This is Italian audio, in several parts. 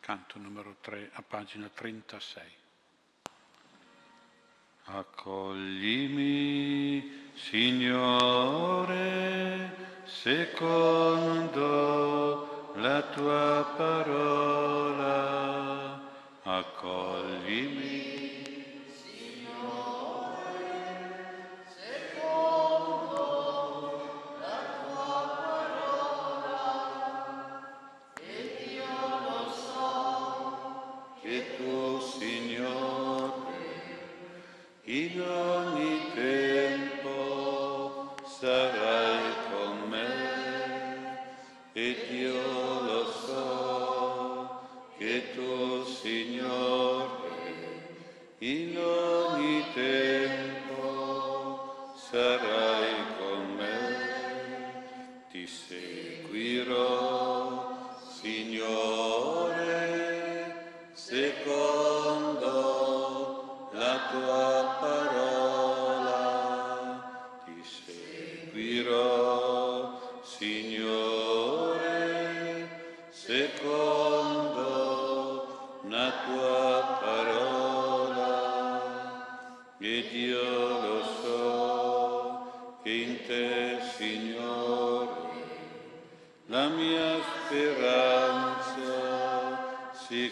canto numero 3, a pagina 36. Accoglimi, Signore, secondo la tua parola. Accoglimi. In ogni tempo sarai con me, ed io lo so che tu, Signore, in ogni tempo sarai con me. Ti seguirò, Signore, secondo la tua Signore, secondo la tua parola, ed io lo so che in te, Signore, la mia speranza si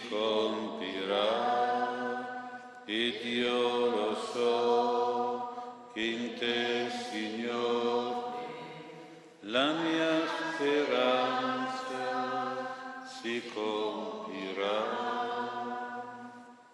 compirà, ed io lo so che in te, Signore, la mia speranza si compirà.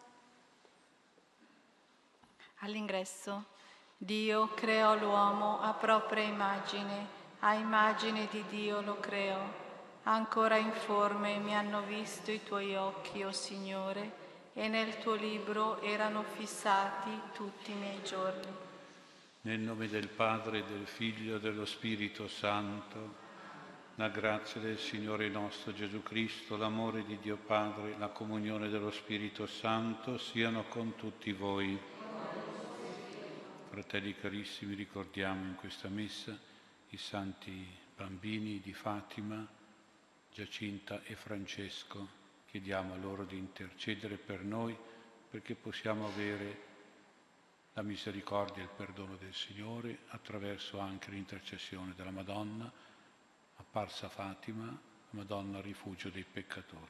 All'ingresso, Dio creò l'uomo a propria immagine, a immagine di Dio lo creò. Ancora informe mi hanno visto i tuoi occhi, o Signore, e nel tuo libro erano fissati tutti i miei giorni. Nel nome del Padre, del Figlio e dello Spirito Santo, la grazia del Signore nostro Gesù Cristo, l'amore di Dio Padre, la comunione dello Spirito Santo siano con tutti voi. Fratelli carissimi, ricordiamo in questa messa i santi bambini di Fatima, Giacinta e Francesco. Chiediamo loro di intercedere per noi perché possiamo avere la misericordia e il perdono del Signore attraverso anche l'intercessione della Madonna, apparsa a Fatima, la Madonna rifugio dei peccatori.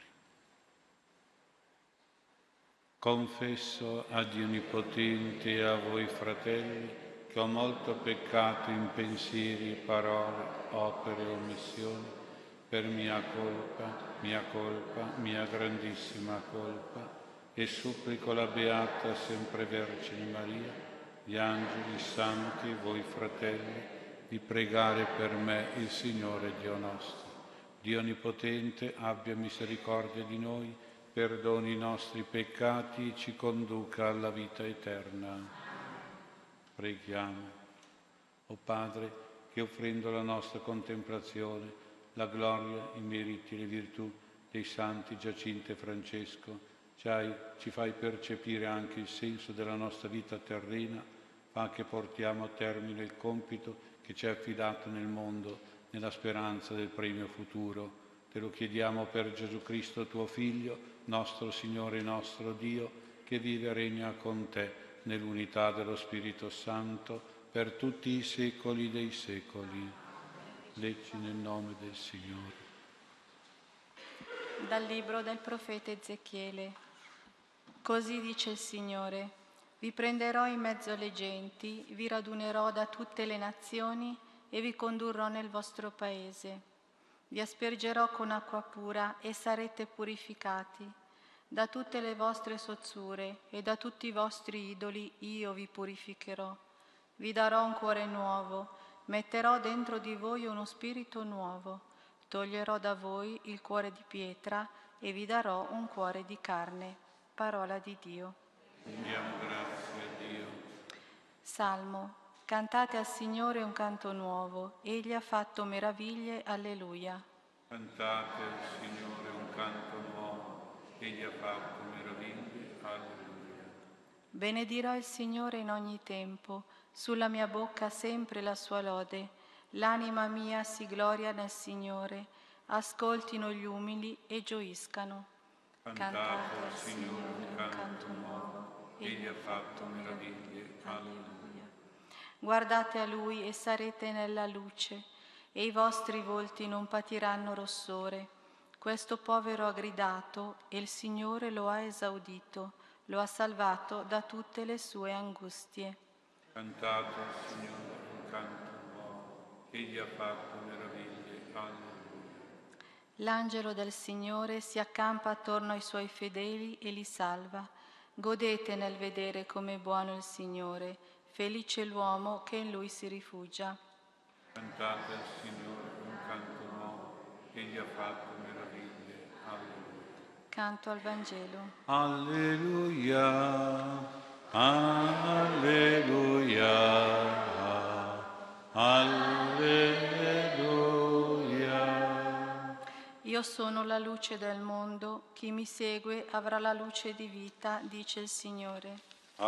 Confesso a Dio Onnipotente e a voi fratelli che ho molto peccato in pensieri, parole, opere e omissioni, per mia colpa, mia grandissima colpa, e supplico la Beata sempre Vergine Maria, gli angeli, i santi, voi fratelli, di pregare per me il Signore Dio nostro. Dio Onnipotente abbia misericordia di noi, perdoni i nostri peccati e ci conduca alla vita eterna. Preghiamo. O Padre, che offrendo la nostra contemplazione, la gloria, i meriti e le virtù dei santi Giacinta e Francesco, ci fai percepire anche il senso della nostra vita terrena, fa che portiamo a termine il compito che ci è affidato nel mondo, nella speranza del premio futuro. Te lo chiediamo per Gesù Cristo, tuo Figlio, nostro Signore e nostro Dio, che vive e regna con te nell'unità dello Spirito Santo per tutti i secoli dei secoli. Leggi nel nome del Signore. Dal libro del profeta Ezechiele. Così dice il Signore: vi prenderò in mezzo alle genti, vi radunerò da tutte le nazioni e vi condurrò nel vostro paese. Vi aspergerò con acqua pura e sarete purificati. Da tutte le vostre sozzure e da tutti i vostri idoli io vi purificherò. Vi darò un cuore nuovo, metterò dentro di voi uno spirito nuovo. Toglierò da voi il cuore di pietra e vi darò un cuore di carne. Parola di Dio. Rendiamo grazie a Dio. Salmo. Cantate al Signore un canto nuovo, Egli ha fatto meraviglie, alleluia. Cantate al Signore un canto nuovo, Egli ha fatto meraviglie, alleluia. Benedirò il Signore in ogni tempo, sulla mia bocca sempre la sua lode. L'anima mia si gloria nel Signore, ascoltino gli umili e gioiscano. Cantate al Signore un canto nuovo, egli ha fatto meraviglie. Alleluia. Guardate a Lui e sarete nella luce, e i vostri volti non patiranno rossore. Questo povero ha gridato, e il Signore lo ha esaudito, lo ha salvato da tutte le sue angustie. Cantate al Signore un canto nuovo, egli ha fatto meraviglie. Alleluia. L'angelo del Signore si accampa attorno ai suoi fedeli e li salva. Godete nel vedere com'è buono il Signore, felice l'uomo che in Lui si rifugia. Cantate al Signore un canto nuovo, egli ha fatto meraviglie. Alleluia. Canto al Vangelo. Alleluia, alleluia, alleluia. Io sono la luce del mondo, chi mi segue avrà la luce di vita, dice il Signore.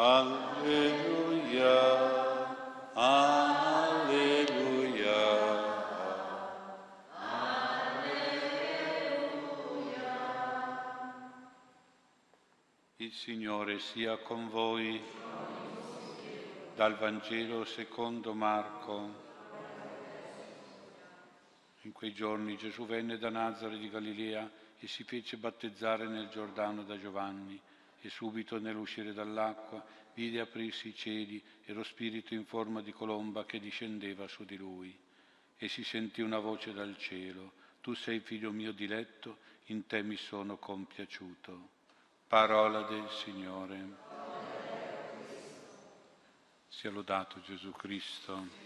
Alleluia, alleluia. Il Signore sia con voi. Dal Vangelo secondo Marco. In quei giorni Gesù venne da Nazare di Galilea e si fece battezzare nel Giordano da Giovanni, e subito nell'uscire dall'acqua vide aprirsi i cieli e lo Spirito in forma di colomba che discendeva su di lui. E si sentì una voce dal cielo: Tu sei figlio mio diletto, in te mi sono compiaciuto. Parola del Signore. Sia lodato Gesù Cristo.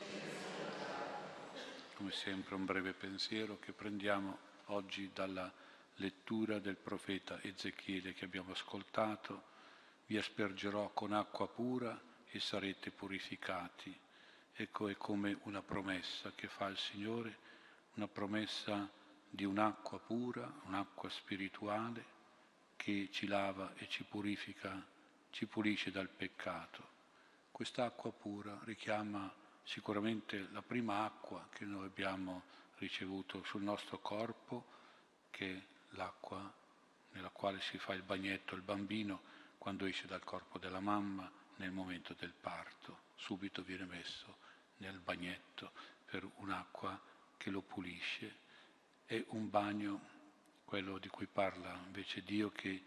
Come sempre un breve pensiero che prendiamo oggi dalla lettura del profeta Ezechiele che abbiamo ascoltato. Vi aspergerò con acqua pura e sarete purificati. Ecco, è come una promessa che fa il Signore, una promessa di un'acqua pura, un'acqua spirituale che ci lava e ci purifica, ci pulisce dal peccato. Quest'acqua pura richiama sicuramente la prima acqua che noi abbiamo ricevuto sul nostro corpo, che è l'acqua nella quale si fa il bagnetto il bambino quando esce dal corpo della mamma nel momento del parto. Subito viene messo nel bagnetto per un'acqua che lo pulisce. È un bagno, quello di cui parla invece Dio, che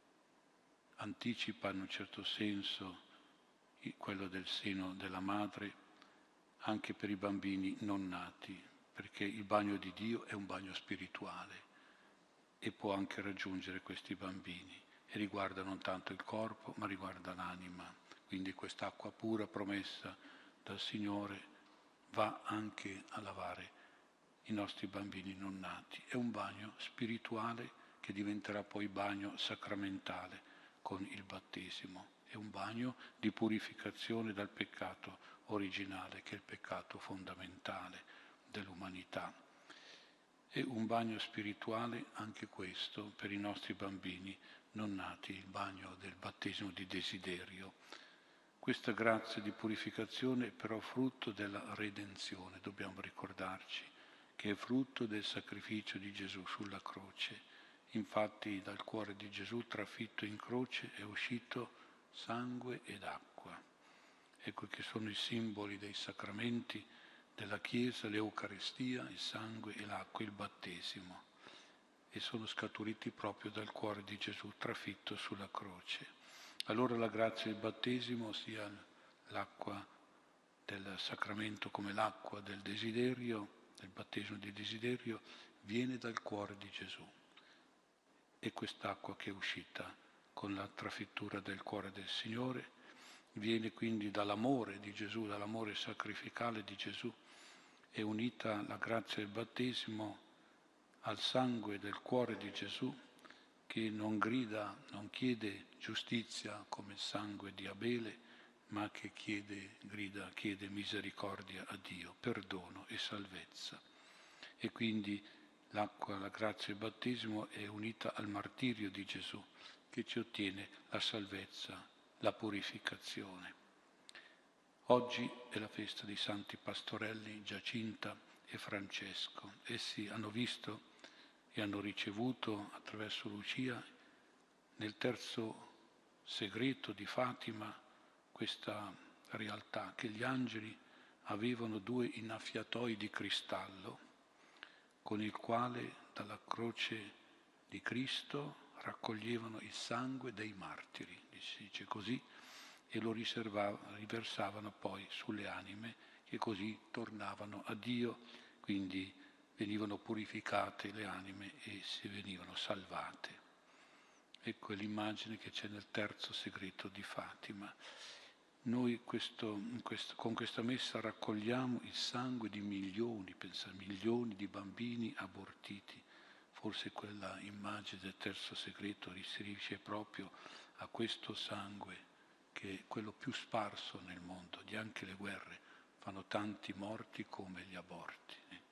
anticipa in un certo senso quello del seno della madre anche per i bambini non nati, perché il bagno di Dio è un bagno spirituale e può anche raggiungere questi bambini e riguarda non tanto il corpo ma riguarda l'anima. Quindi quest'acqua pura promessa dal Signore va anche a lavare i nostri bambini non nati. È un bagno spirituale che diventerà poi bagno sacramentale con il battesimo. È un bagno di purificazione dal peccato originale, che è il peccato fondamentale dell'umanità. È un bagno spirituale anche questo per i nostri bambini non nati, il bagno del battesimo di desiderio. Questa grazia di purificazione è però frutto della redenzione, dobbiamo ricordarci, che è frutto del sacrificio di Gesù sulla croce. Infatti dal cuore di Gesù trafitto in croce è uscito sangue ed acqua. Ecco che sono i simboli dei sacramenti della Chiesa, l'Eucaristia, il sangue e l'acqua, il battesimo, e sono scaturiti proprio dal cuore di Gesù trafitto sulla croce. Allora la grazia del battesimo, sia l'acqua del sacramento come l'acqua del desiderio, del battesimo di desiderio, viene dal cuore di Gesù. E quest'acqua che è uscita con la trafittura del cuore del Signore viene quindi dall'amore di Gesù, dall'amore sacrificale di Gesù, è unita la grazia del battesimo al sangue del cuore di Gesù, che non grida, non chiede giustizia come il sangue di Abele, ma che chiede misericordia a Dio, perdono e salvezza. E quindi l'acqua, la grazia del battesimo è unita al martirio di Gesù, che ci ottiene la salvezza, la purificazione. Oggi è la festa dei santi pastorelli Giacinta e Francesco. Essi hanno visto e hanno ricevuto attraverso Lucia nel terzo segreto di Fatima questa realtà, che gli angeli avevano 2 innaffiatoi di cristallo con il quale dalla croce di Cristo raccoglievano il sangue dei martiri, si dice così, e lo riversavano poi sulle anime che così tornavano a Dio, quindi venivano purificate le anime e si venivano salvate. Ecco l'immagine che c'è nel terzo segreto di Fatima. Noi con questa messa raccogliamo il sangue di milioni, milioni di bambini abortiti. Forse quella immagine del terzo segreto si riferisce proprio a questo sangue, che è quello più sparso nel mondo, di anche le guerre fanno tanti morti come gli aborti.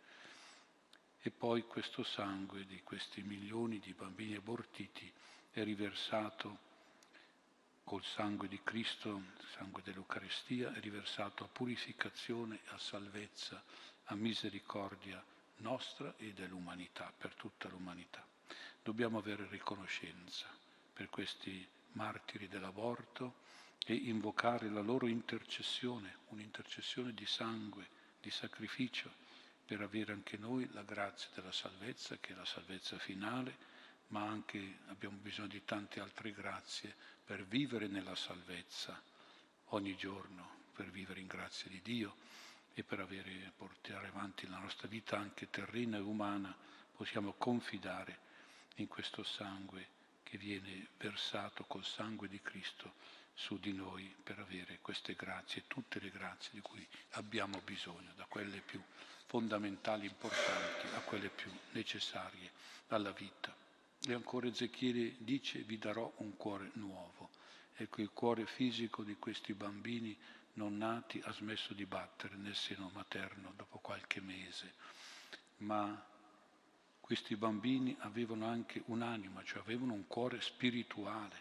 E poi questo sangue di questi milioni di bambini abortiti è riversato col sangue di Cristo, il sangue dell'Eucaristia, è riversato a purificazione, a salvezza, a misericordia nostra e dell'umanità, per tutta l'umanità. Dobbiamo avere riconoscenza per questi martiri dell'aborto e invocare la loro intercessione, un'intercessione di sangue, di sacrificio, per avere anche noi la grazia della salvezza, che è la salvezza finale, ma anche abbiamo bisogno di tante altre grazie per vivere nella salvezza ogni giorno, per vivere in grazia di Dio e per portare avanti la nostra vita anche terrena e umana. Possiamo confidare in questo sangue che viene versato col sangue di Cristo su di noi per avere queste grazie, tutte le grazie di cui abbiamo bisogno, da quelle più fondamentali, importanti, a quelle più necessarie alla vita. E ancora Ezechiele dice: vi darò un cuore nuovo. Ecco, il cuore fisico di questi bambini non nati ha smesso di battere nel seno materno dopo qualche mese, ma questi bambini avevano anche un'anima, cioè avevano un cuore spirituale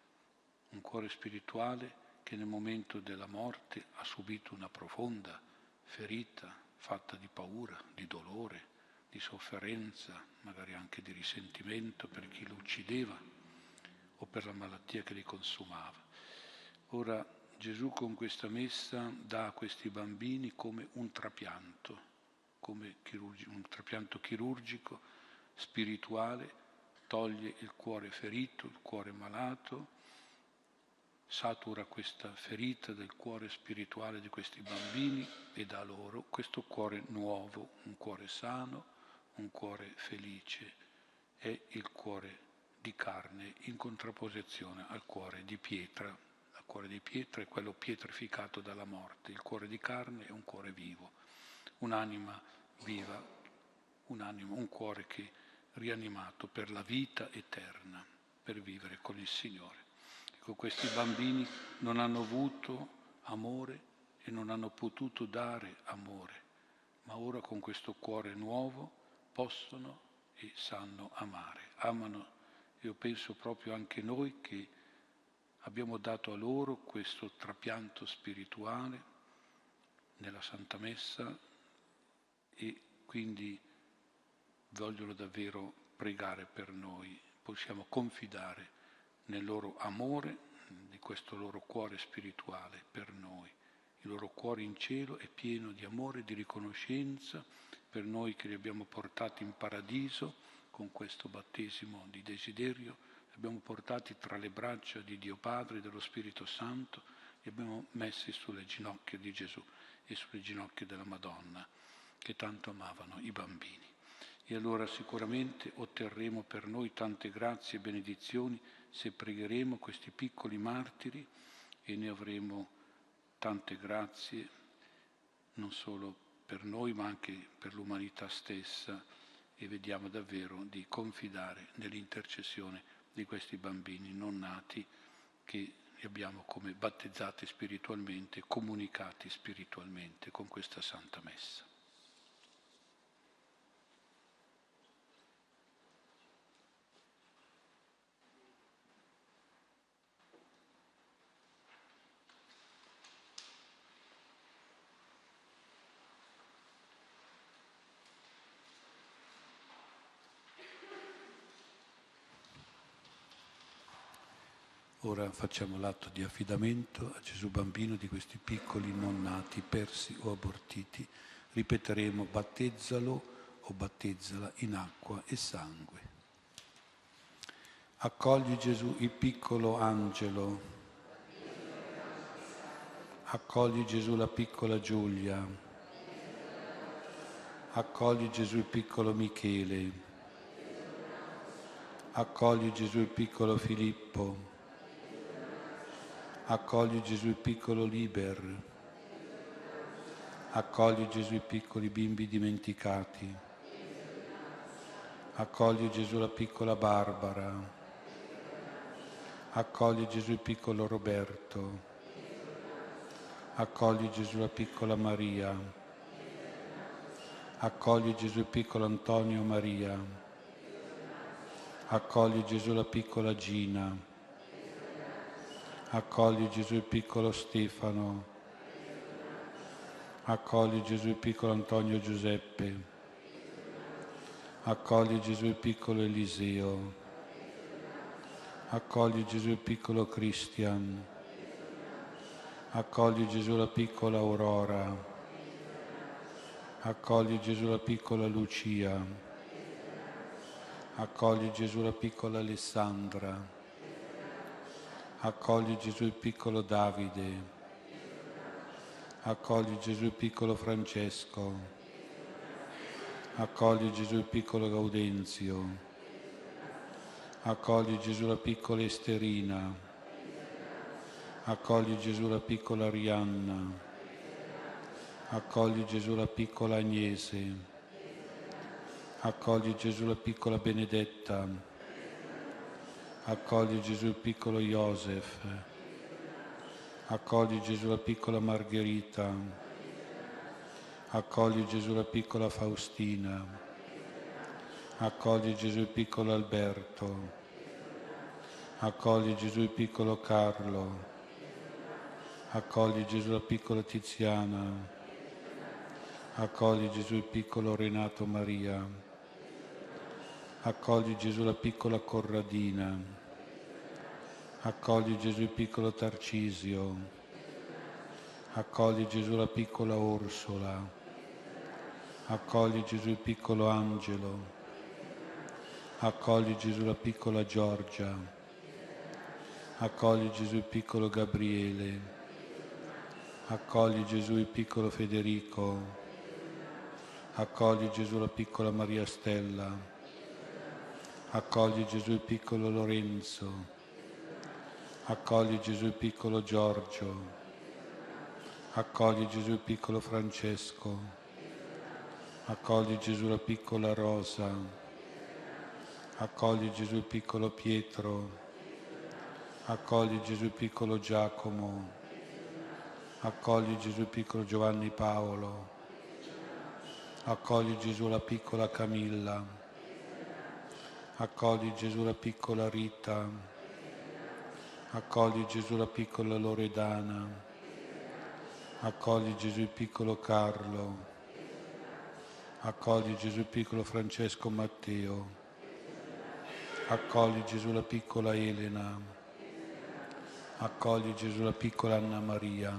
che nel momento della morte ha subito una profonda ferita fatta di paura, di dolore, di sofferenza, magari anche di risentimento per chi lo uccideva o per la malattia che li consumava. Ora Gesù con questa messa dà a questi bambini come un trapianto, un trapianto chirurgico, spirituale, toglie il cuore ferito, il cuore malato, satura questa ferita del cuore spirituale di questi bambini e dà loro questo cuore nuovo, un cuore sano, un cuore felice. È il cuore di carne in contrapposizione al cuore di pietra. Il cuore di pietra è quello pietrificato dalla morte, il cuore di carne è un cuore vivo, un'anima viva, un cuore che rianimato per la vita eterna, per vivere con il Signore. Ecco, questi bambini non hanno avuto amore e non hanno potuto dare amore, ma ora con questo cuore nuovo possono e sanno amare. Amano, io penso proprio anche noi che abbiamo dato a loro questo trapianto spirituale nella Santa Messa e quindi vogliono davvero pregare per noi. Possiamo confidare nel loro amore, di questo loro cuore spirituale per noi. Il loro cuore in cielo è pieno di amore e di riconoscenza per noi che li abbiamo portati in paradiso con questo battesimo di desiderio, li abbiamo portati tra le braccia di Dio Padre e dello Spirito Santo, li abbiamo messi sulle ginocchia di Gesù e sulle ginocchia della Madonna, che tanto amavano i bambini. E allora sicuramente otterremo per noi tante grazie e benedizioni se pregheremo questi piccoli martiri e ne avremo tante grazie, non solo per noi ma anche per l'umanità stessa, e vediamo davvero di confidare nell'intercessione di questi bambini non nati che li abbiamo come battezzati spiritualmente, comunicati spiritualmente con questa Santa Messa. Ora facciamo l'atto di affidamento a Gesù Bambino di questi piccoli non nati, persi o abortiti. Ripeteremo: battezzalo o battezzala in acqua e sangue. Accogli Gesù il piccolo Angelo. Accogli Gesù la piccola Giulia. Accogli Gesù il piccolo Michele. Accogli Gesù il piccolo Filippo. Accogli Gesù il piccolo Liber. Accogli Gesù i piccoli bimbi dimenticati. Accogli Gesù la piccola Barbara. Accogli Gesù il piccolo Roberto. Accogli Gesù la piccola Maria. Accogli Gesù il piccolo Antonio Maria. Accogli Gesù la piccola Gina. Accogli Gesù il piccolo Stefano. Accogli Gesù il piccolo Antonio Giuseppe. Accogli Gesù il piccolo Eliseo. Accogli Gesù il piccolo Christian. Accogli Gesù la piccola Aurora. Accogli Gesù la piccola Lucia. Accogli Gesù la piccola Alessandra. Accogli Gesù il piccolo Davide. Accogli Gesù il piccolo Francesco. Accogli Gesù il piccolo Gaudenzio. Accogli Gesù la piccola Esterina. Accogli Gesù la piccola Arianna. Accogli Gesù la piccola Agnese. Accogli Gesù la piccola Benedetta. Accogli Gesù il piccolo Joseph. Accogli Gesù la piccola Margherita. Accogli Gesù la piccola Faustina. Accogli Gesù il piccolo Alberto. Accogli Gesù il piccolo Carlo. Accogli Gesù la piccola Tiziana. Accogli Gesù il piccolo Renato Maria. Accogli Gesù la piccola Corradina. Accogli Gesù il piccolo Tarcisio. Accogli Gesù la piccola Orsola. Accogli Gesù il piccolo Angelo. Accogli Gesù la piccola Giorgia. Accogli Gesù il piccolo Gabriele. Accogli Gesù il piccolo Federico. Accogli Gesù la piccola Maria Stella. Accogli Gesù il piccolo Lorenzo. Accogli Gesù il piccolo Giorgio. Accogli Gesù il piccolo Francesco. Accogli Gesù la piccola Rosa. Accogli Gesù il piccolo Pietro. Accogli Gesù il piccolo Giacomo. Accogli Gesù il piccolo Giovanni Paolo. Accogli Gesù la piccola Camilla. Accogli Gesù la piccola Rita. Accogli Gesù la piccola Loredana. Accogli Gesù il piccolo Carlo. Accogli Gesù il piccolo Francesco Matteo. Accogli Gesù la piccola Elena. Accogli Gesù la piccola Anna Maria.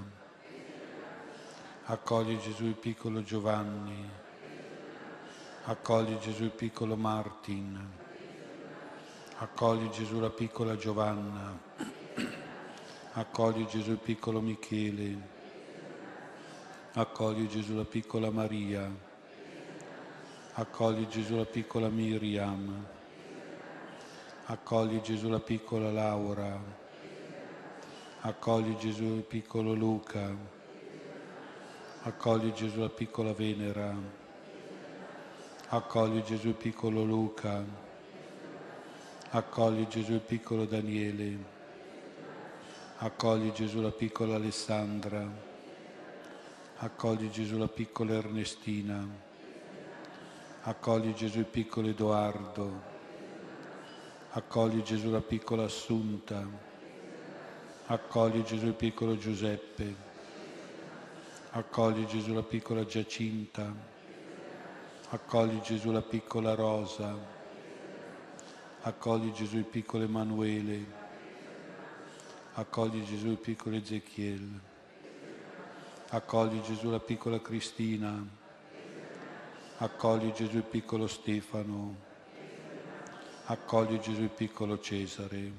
Accogli Gesù il piccolo Giovanni. Accogli Gesù il piccolo Martin. Accogli Gesù la piccola Giovanna. Accogli Gesù il piccolo Michele. Accogli Gesù la piccola Maria. Accogli Gesù la piccola Miriam. Accogli Gesù la piccola Laura. Accogli Gesù il piccolo Luca. Accogli Gesù la piccola Venera. Accogli Gesù il piccolo Luca. Accogli Gesù il piccolo Daniele. Accogli Gesù la piccola Alessandra. Accogli Gesù la piccola Ernestina. Accogli Gesù il piccolo Edoardo. Accogli Gesù la piccola Assunta. Accogli Gesù il piccolo Giuseppe. Accogli Gesù la piccola Giacinta. Accogli Gesù la piccola Rosa. Accogli Gesù il piccolo Emanuele. Accogli Gesù il piccolo Ezechiel. Accogli Gesù la piccola Cristina. Accogli Gesù il piccolo Stefano. Accogli Gesù il piccolo Cesare.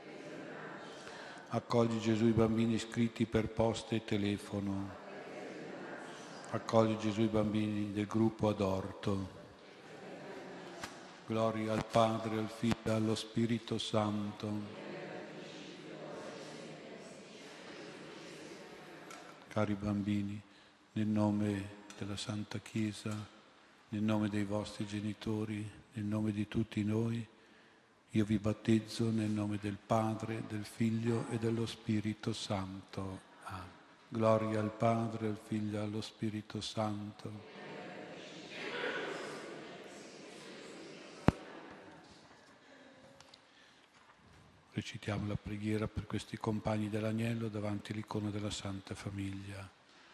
Accogli Gesù i bambini iscritti per posta e telefono. Accogli Gesù i bambini del gruppo Adorto. Gloria al Padre, al Figlio e allo Spirito Santo. Cari bambini, nel nome della Santa Chiesa, nel nome dei vostri genitori, nel nome di tutti noi, io vi battezzo nel nome del Padre, del Figlio e dello Spirito Santo. Amen. Gloria al Padre, al Figlio e allo Spirito Santo. Recitiamo la preghiera per questi compagni dell'Agnello davanti all'icona della Santa Famiglia.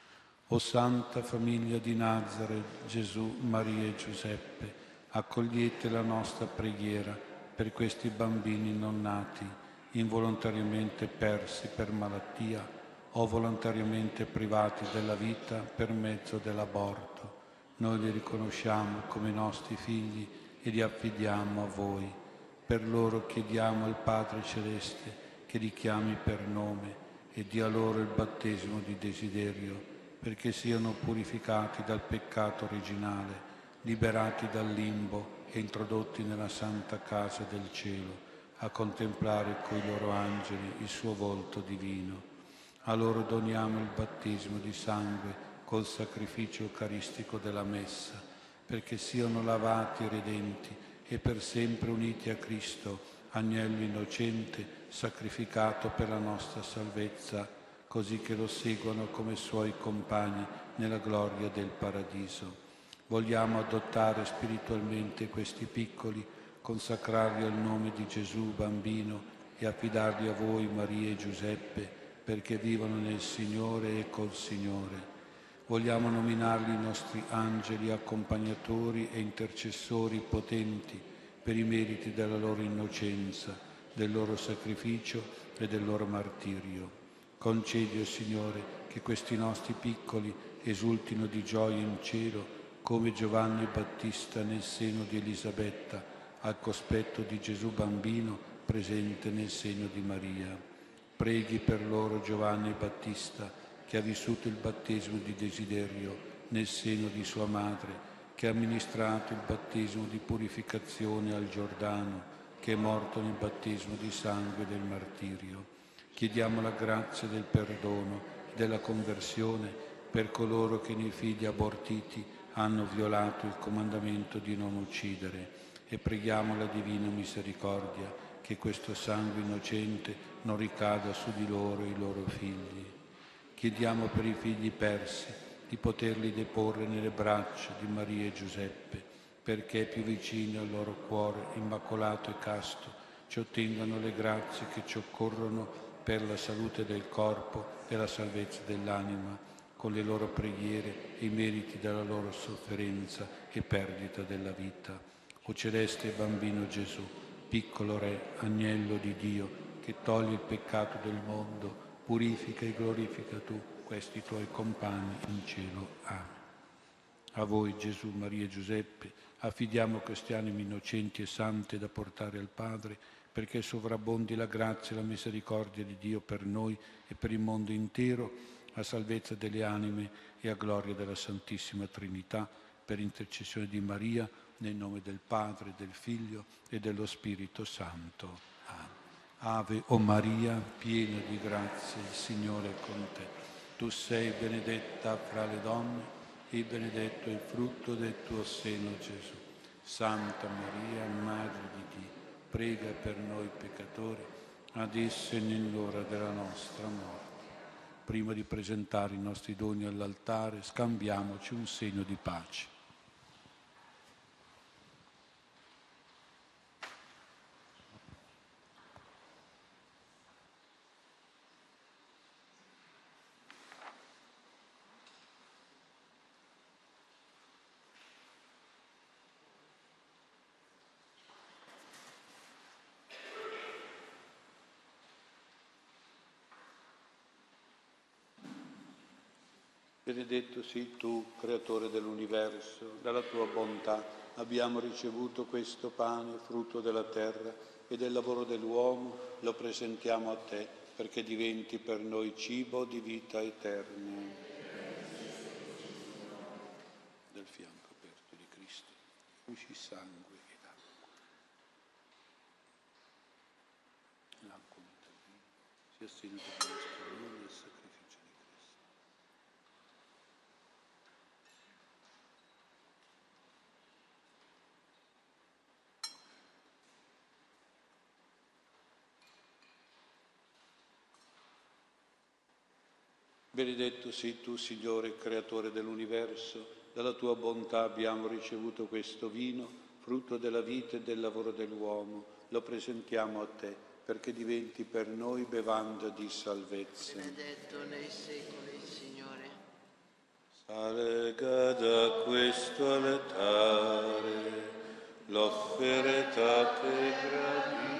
O Santa Famiglia di Nazareth, Gesù, Maria e Giuseppe, accogliete la nostra preghiera per questi bambini non nati, involontariamente persi per malattia o volontariamente privati della vita per mezzo dell'aborto. Noi li riconosciamo come nostri figli e li affidiamo a voi. Per loro chiediamo al Padre Celeste che li chiami per nome e dia loro il battesimo di desiderio, perché siano purificati dal peccato originale, liberati dal limbo e introdotti nella santa casa del cielo, a contemplare coi loro angeli il suo volto divino. A loro doniamo il battesimo di sangue col sacrificio eucaristico della Messa, perché siano lavati e redenti e per sempre uniti a Cristo, agnello innocente, sacrificato per la nostra salvezza, così che lo seguano come suoi compagni nella gloria del paradiso. Vogliamo adottare spiritualmente questi piccoli, consacrarli al nome di Gesù bambino e affidarli a voi, Maria e Giuseppe, perché vivano nel Signore e col Signore. Vogliamo nominarli i nostri angeli accompagnatori e intercessori potenti per i meriti della loro innocenza, del loro sacrificio e del loro martirio. Concedi, o Signore, che questi nostri piccoli esultino di gioia in cielo, come Giovanni Battista nel seno di Elisabetta, al cospetto di Gesù bambino presente nel seno di Maria. Preghi per loro Giovanni Battista, che ha vissuto il battesimo di desiderio nel seno di sua madre, che ha amministrato il battesimo di purificazione al Giordano, che è morto nel battesimo di sangue del martirio. Chiediamo la grazia del perdono e della conversione per coloro che nei figli abortiti hanno violato il comandamento di non uccidere e preghiamo la divina misericordia che questo sangue innocente non ricada su di loro e i loro figli. Chiediamo per i figli persi di poterli deporre nelle braccia di Maria e Giuseppe, perché più vicini al loro cuore immacolato e casto ci ottengano le grazie che ci occorrono per la salute del corpo e la salvezza dell'anima, con le loro preghiere e i meriti della loro sofferenza e perdita della vita. O celeste bambino Gesù, piccolo Re, agnello di Dio, che toglie il peccato del mondo, purifica e glorifica tu questi tuoi compagni in cielo. Amen. A voi, Gesù, Maria e Giuseppe, affidiamo queste anime innocenti e sante da portare al Padre, perché sovrabbondi la grazia e la misericordia di Dio per noi e per il mondo intero, a salvezza delle anime e a gloria della Santissima Trinità, per intercessione di Maria, nel nome del Padre, del Figlio e dello Spirito Santo. Amen. Ave o Maria, piena di grazia, il Signore è con te. Tu sei benedetta fra le donne e benedetto il frutto del tuo seno, Gesù. Santa Maria, Madre di Dio, prega per noi peccatori, adesso e nell'ora della nostra morte. Prima di presentare i nostri doni all'altare, scambiamoci un segno di pace. Benedetto sii tu, creatore dell'universo, dalla tua bontà abbiamo ricevuto questo pane, frutto della terra e del lavoro dell'uomo, lo presentiamo a te perché diventi per noi cibo di vita eterna. Del fianco aperto di Cristo, usci sangue ed acqua. L'acqua interviene, sia segno per il nostro nome e il sacrificio di Cristo. Benedetto sei tu, Signore, creatore dell'universo, dalla tua bontà abbiamo ricevuto questo vino, frutto della vita e del lavoro dell'uomo. Lo presentiamo a te, perché diventi per noi bevanda di salvezza. Benedetto nei secoli, Signore. Salga da questo altare l'offerta che gradita.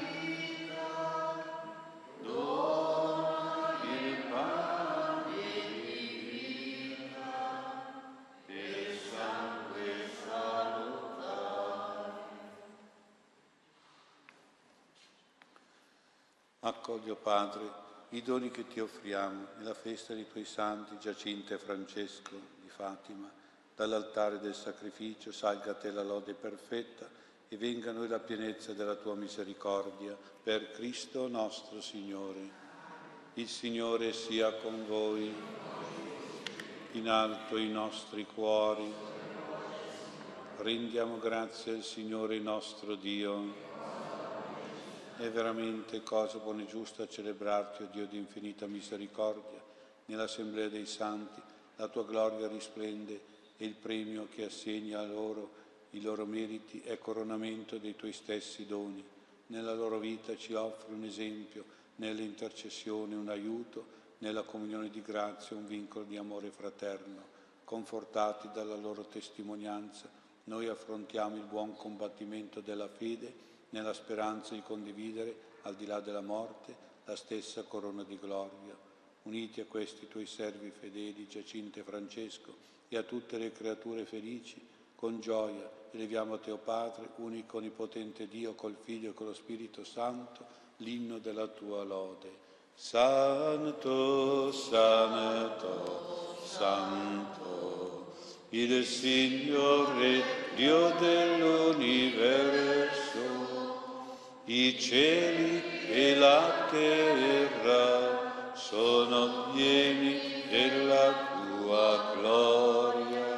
Accogli, o Padre, i doni che ti offriamo nella festa dei tuoi santi Giacinta e Francesco di Fatima. Dall'altare del sacrificio salga a te la lode perfetta e venga a noi la pienezza della tua misericordia. Per Cristo nostro Signore. Il Signore sia con voi. In alto i nostri cuori. Rendiamo grazie al Signore nostro Dio. È veramente cosa buona e giusta celebrarti, o Dio di infinita misericordia. Nell'assemblea dei santi la tua gloria risplende e il premio che assegni a loro i loro meriti è coronamento dei tuoi stessi doni. Nella loro vita ci offri un esempio, nelle intercessioni un aiuto, nella comunione di grazia un vincolo di amore fraterno. Confortati dalla loro testimonianza, noi affrontiamo il buon combattimento della fede nella speranza di condividere, al di là della morte, la stessa corona di gloria. Uniti a questi tuoi servi fedeli, Giacinta e Francesco, e a tutte le creature felici, con gioia eleviamo a te, o Padre, unico onnipotente Dio, col Figlio e con lo Spirito Santo, l'inno della tua lode. Santo, santo, santo, il Signore, Dio dell'universo. I cieli e la terra sono pieni della tua gloria.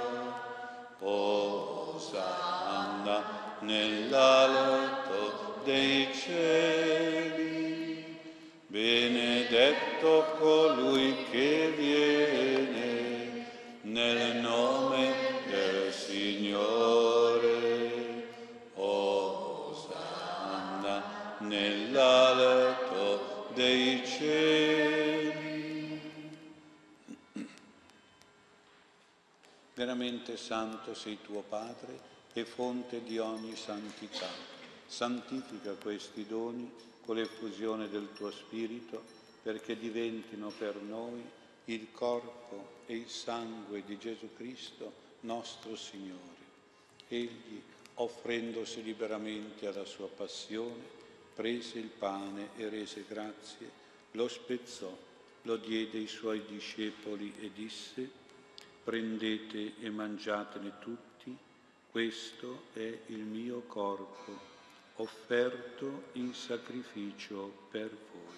Osanna nell'alto dei cieli. Benedetto colui che viene nel nome del Signore. Nell'alto dei cieli. Veramente santo sei tuo Padre e fonte di ogni santità. Santifica questi doni con l'effusione del tuo Spirito, perché diventino per noi il corpo e il sangue di Gesù Cristo, nostro Signore. Egli, offrendosi liberamente alla sua passione, prese il pane e rese grazie, lo spezzò, lo diede ai suoi discepoli e disse: prendete e mangiatene tutti, questo è il mio corpo, offerto in sacrificio per voi.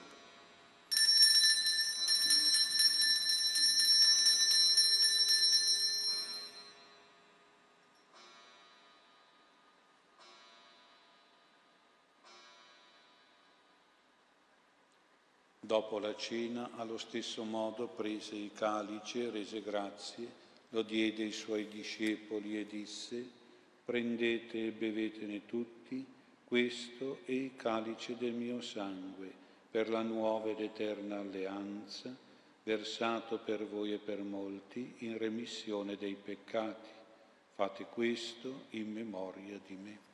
Dopo la cena, allo stesso modo, prese il calice, rese grazie, lo diede ai suoi discepoli e disse: prendete e bevetene tutti, questo è il calice del mio sangue, per la nuova ed eterna alleanza, versato per voi e per molti in remissione dei peccati. Fate questo in memoria di me.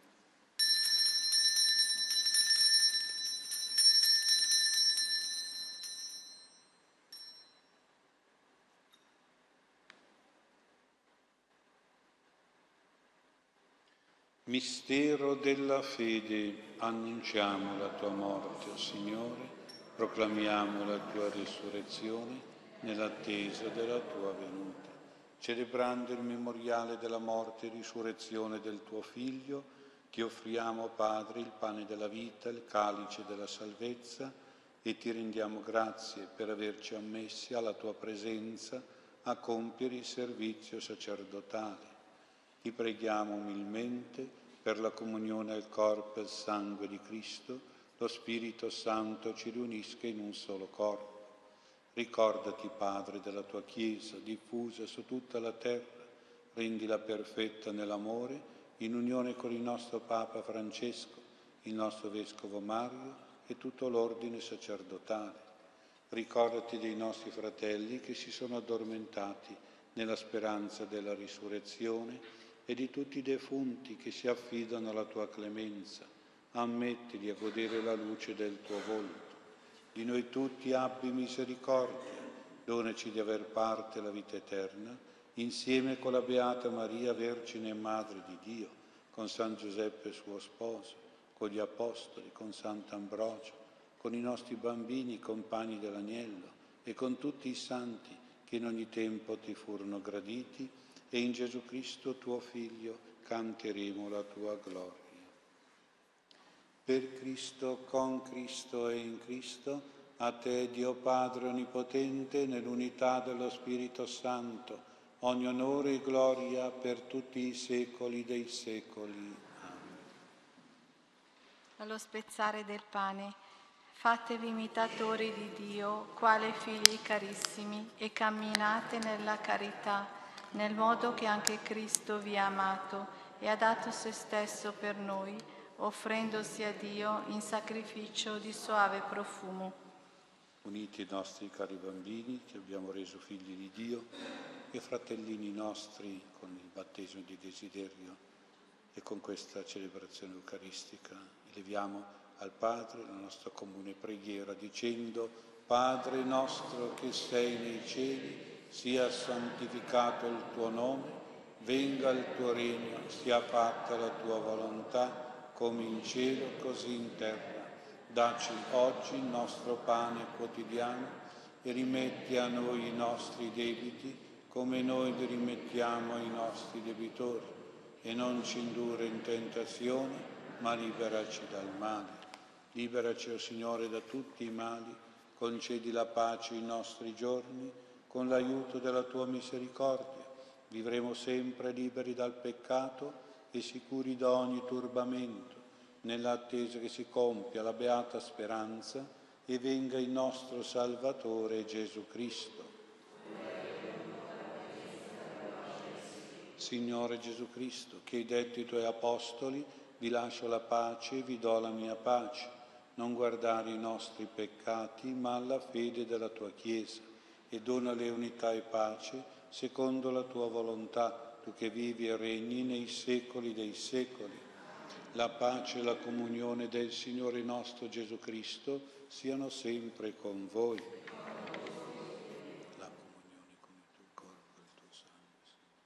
Mistero della fede, annunciamo la tua morte, o Signore, proclamiamo la tua risurrezione nell'attesa della tua venuta. Celebrando il memoriale della morte e risurrezione del tuo Figlio, ti offriamo, Padre, il pane della vita, il calice della salvezza, e ti rendiamo grazie per averci ammessi alla tua presenza a compiere il servizio sacerdotale. Ti preghiamo umilmente per la comunione al corpo e al sangue di Cristo, lo Spirito Santo ci riunisca in un solo corpo. Ricordati, Padre, della tua Chiesa, diffusa su tutta la terra, rendila perfetta nell'amore, in unione con il nostro Papa Francesco, il nostro Vescovo Mario e tutto l'ordine sacerdotale. Ricordati dei nostri fratelli che si sono addormentati nella speranza della risurrezione e di tutti i defunti che si affidano alla tua clemenza. Ammettili a godere la luce del tuo volto. Di noi tutti abbi misericordia, donaci di aver parte la vita eterna, insieme con la Beata Maria, Vergine e Madre di Dio, con San Giuseppe suo sposo, con gli Apostoli, con Sant'Ambrogio, con i nostri bambini, compagni dell'Agnello, e con tutti i santi che in ogni tempo ti furono graditi, e in Gesù Cristo tuo Figlio canteremo la tua gloria. Per Cristo, con Cristo e in Cristo, a te, Dio Padre Onnipotente, nell'unità dello Spirito Santo, ogni onore e gloria per tutti i secoli dei secoli. Amen. Allo spezzare del pane, fatevi imitatori di Dio, quale figli carissimi, e camminate nella carità, nel modo che anche Cristo vi ha amato e ha dato se stesso per noi, offrendosi a Dio in sacrificio di soave profumo. Uniti i nostri cari bambini che abbiamo reso figli di Dio e fratellini nostri con il battesimo di desiderio e con questa celebrazione eucaristica, eleviamo al Padre la nostra comune preghiera dicendo: Padre nostro che sei nei cieli, sia santificato il tuo nome, venga il tuo regno, sia fatta la tua volontà, come in cielo così in terra. Dacci oggi il nostro pane quotidiano e rimetti a noi i nostri debiti, come noi li rimettiamo ai nostri debitori, e non ci indurre in tentazione, ma liberaci dal male. Liberaci, o Signore, da tutti i mali, concedi la pace ai nostri giorni, con l'aiuto della tua misericordia. Vivremo sempre liberi dal peccato e sicuri da ogni turbamento, nell'attesa che si compia la beata speranza e venga il nostro Salvatore Gesù Cristo. Signore Gesù Cristo, che hai detto ai tuoi apostoli: vi lascio la pace e vi do la mia pace. Non guardare i nostri peccati, ma alla fede della tua Chiesa, e donale unità e pace secondo la tua volontà, tu che vivi e regni nei secoli dei secoli. La pace e la comunione del Signore nostro Gesù Cristo siano sempre con voi. La comunione con il tuo corpo e il tuo sangue, Signore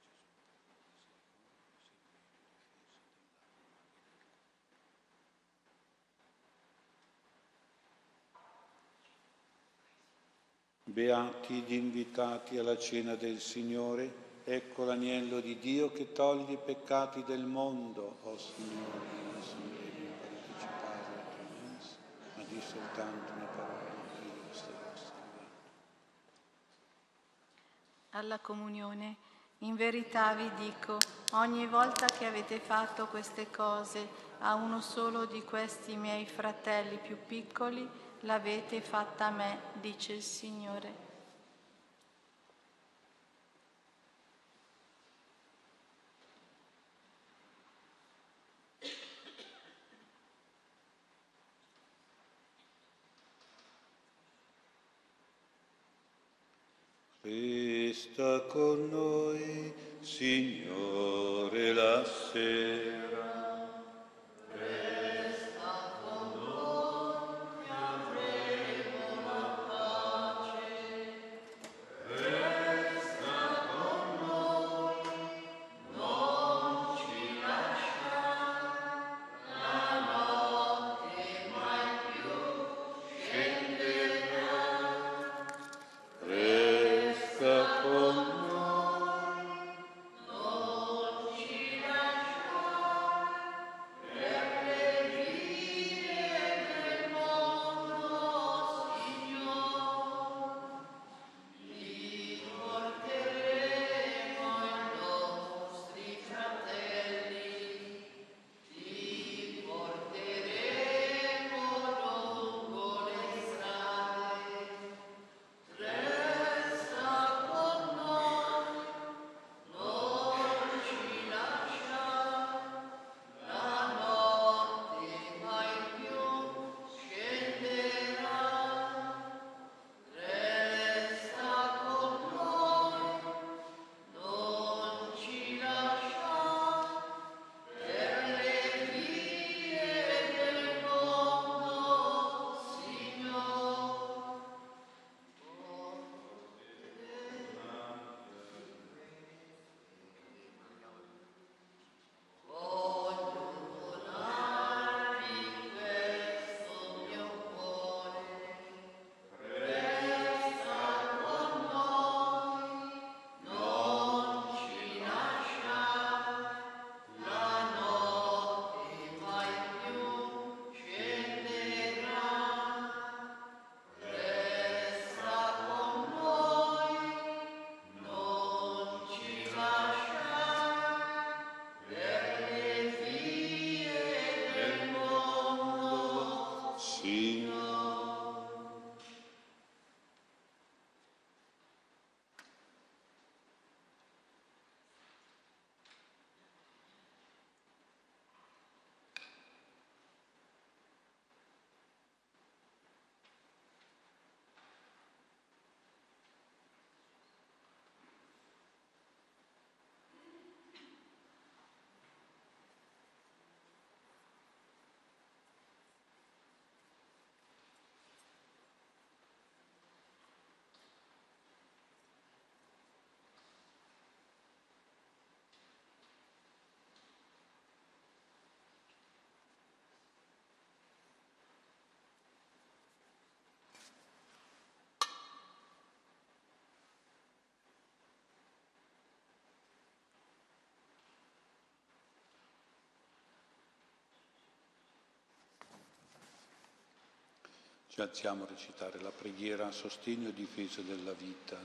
Gesù. Beati gli invitati alla cena del Signore. Ecco l'agnello di Dio che toglie i peccati del mondo. O Signore, non sono degno di partecipare alla tua mensa, ma di soltanto una parola che io sarò salvato. Alla comunione, in verità vi dico, ogni volta che avete fatto queste cose a uno solo di questi miei fratelli più piccoli, l'avete fatta a me, dice il Signore. Resta con noi, Signore, la sera. Resta con noi, avremo la pace. Resta con noi, non ci lasciare. Ci alziamo a recitare la preghiera a sostegno e difesa della vita.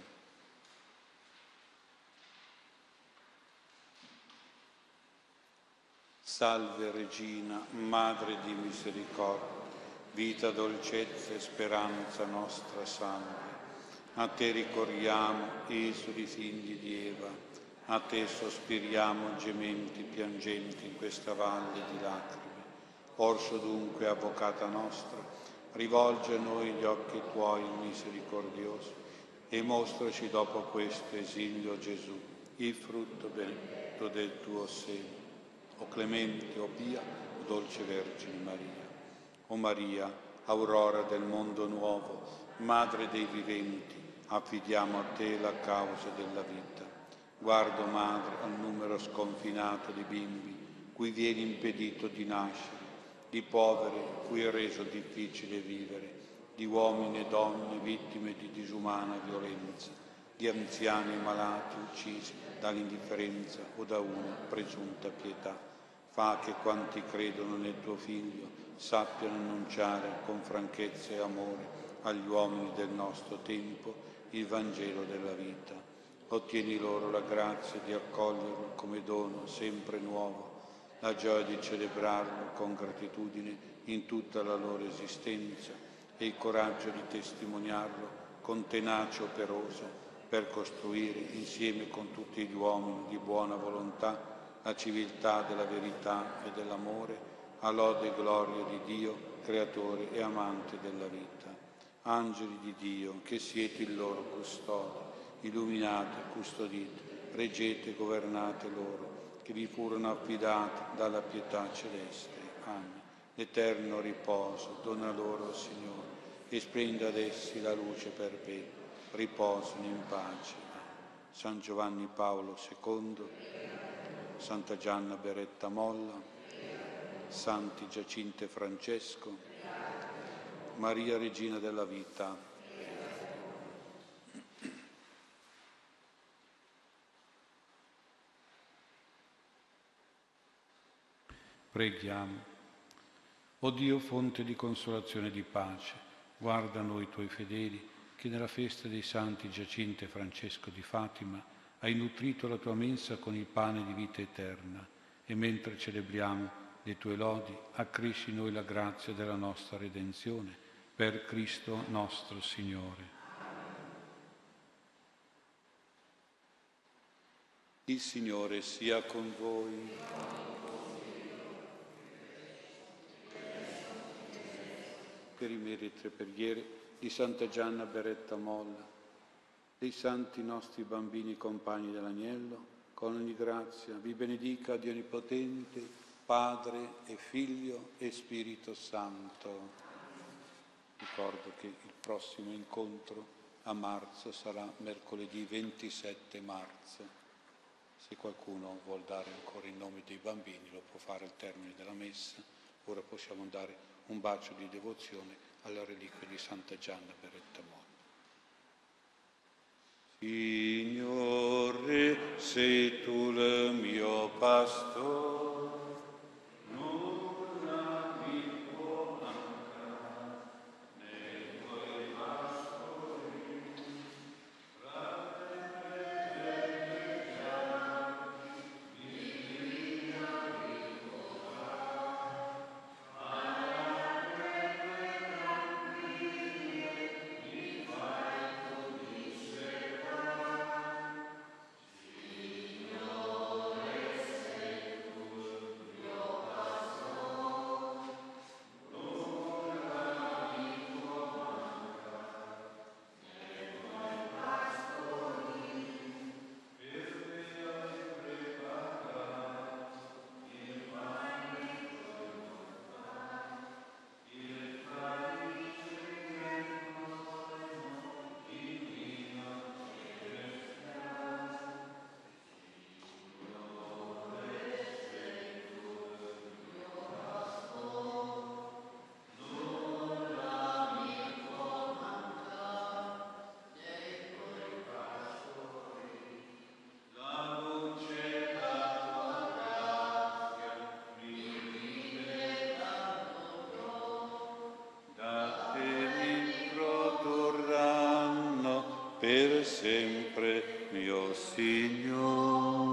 Salve Regina, Madre di misericordia, vita, dolcezza e speranza nostra salve. A te ricorriamo, esuli figli di Eva, a te sospiriamo gementi, piangenti in questa valle di lacrime. Orso dunque, avvocata nostra, rivolge a noi gli occhi tuoi misericordiosi e mostraci dopo questo esilio Gesù, il frutto benedetto del tuo seno. O clemente, o pia, o dolce Vergine Maria. O Maria, aurora del mondo nuovo, Madre dei viventi, affidiamo a te la causa della vita. Guarda, Madre, al numero sconfinato di bimbi cui viene impedito di nascere, di poveri cui è reso difficile vivere, di uomini e donne vittime di disumana violenza, di anziani e malati uccisi dall'indifferenza o da una presunta pietà. Fa che quanti credono nel tuo Figlio sappiano annunciare con franchezza e amore agli uomini del nostro tempo il Vangelo della vita. Ottieni loro la grazia di accoglierlo come dono sempre nuovo, la gioia di celebrarlo con gratitudine in tutta la loro esistenza e il coraggio di testimoniarlo con tenacia operosa per costruire insieme con tutti gli uomini di buona volontà la civiltà della verità e dell'amore, a lode e gloria di Dio, creatore e amante della vita. Angeli di Dio, che siete il loro custode, illuminate, custodite, reggete e governate loro, che vi furono affidati dalla pietà celeste. Amen. L'eterno riposo dona loro, Signore, e splenda ad essi la luce perpetua. Riposino in pace. San Giovanni Paolo II, Santa Gianna Beretta Molla, Santi Giacinto e Francesco, Maria Regina della Vita. Preghiamo. O Dio, fonte di consolazione e di pace, guarda noi tuoi fedeli che nella festa dei Santi Giacinto e Francesco di Fatima hai nutrito la tua mensa con il pane di vita eterna e mentre celebriamo le tue lodi accresci noi la grazia della nostra redenzione per Cristo nostro Signore. Il Signore sia con voi. Per i meriti e preghiere di Santa Gianna Beretta Molla, dei santi nostri bambini compagni dell'Agnello, con ogni grazia vi benedica Dio Onnipotente, Padre e Figlio e Spirito Santo. Ricordo che il prossimo incontro a marzo sarà mercoledì 27 marzo. Se qualcuno vuol dare ancora i nomi dei bambini lo può fare al termine della messa. Ora possiamo dare un bacio di devozione alla reliquia di Santa Gianna Beretta Molla. Signore, sei tu il mio pastore. e sempre, mio Signore.